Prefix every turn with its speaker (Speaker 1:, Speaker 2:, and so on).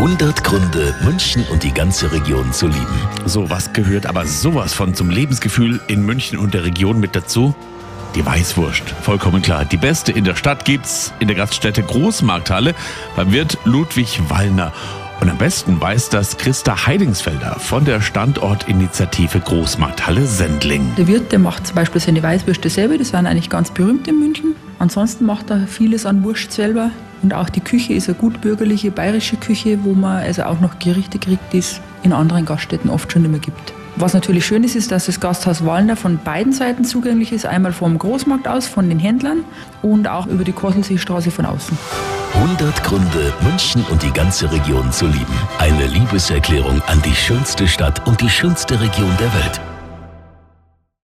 Speaker 1: 100 Gründe, München und die ganze Region zu lieben.
Speaker 2: So, was gehört aber sowas von zum Lebensgefühl in München und der Region mit dazu? Die Weißwurst, vollkommen klar. Die beste in der Stadt gibt's in der Gaststätte Großmarkthalle beim Wirt Ludwig Wallner. Und am besten weiß das Christa Heidingsfelder von der Standortinitiative Großmarkthalle Sendling.
Speaker 3: Der Wirt, der macht zum Beispiel seine Weißwürste selber, das waren eigentlich ganz berühmt in München. Ansonsten macht er vieles an Wurst selber. Und auch die Küche ist eine gut bürgerliche bayerische Küche, wo man also auch noch Gerichte kriegt, die es in anderen Gaststätten oft schon nicht mehr gibt. Was natürlich schön ist, ist, dass das Gasthaus Wallner von beiden Seiten zugänglich ist. Einmal vom Großmarkt aus, von den Händlern und auch über die Kosselseestraße von außen.
Speaker 1: 100 Gründe, München und die ganze Region zu lieben. Eine Liebeserklärung an die schönste Stadt und die schönste Region der Welt.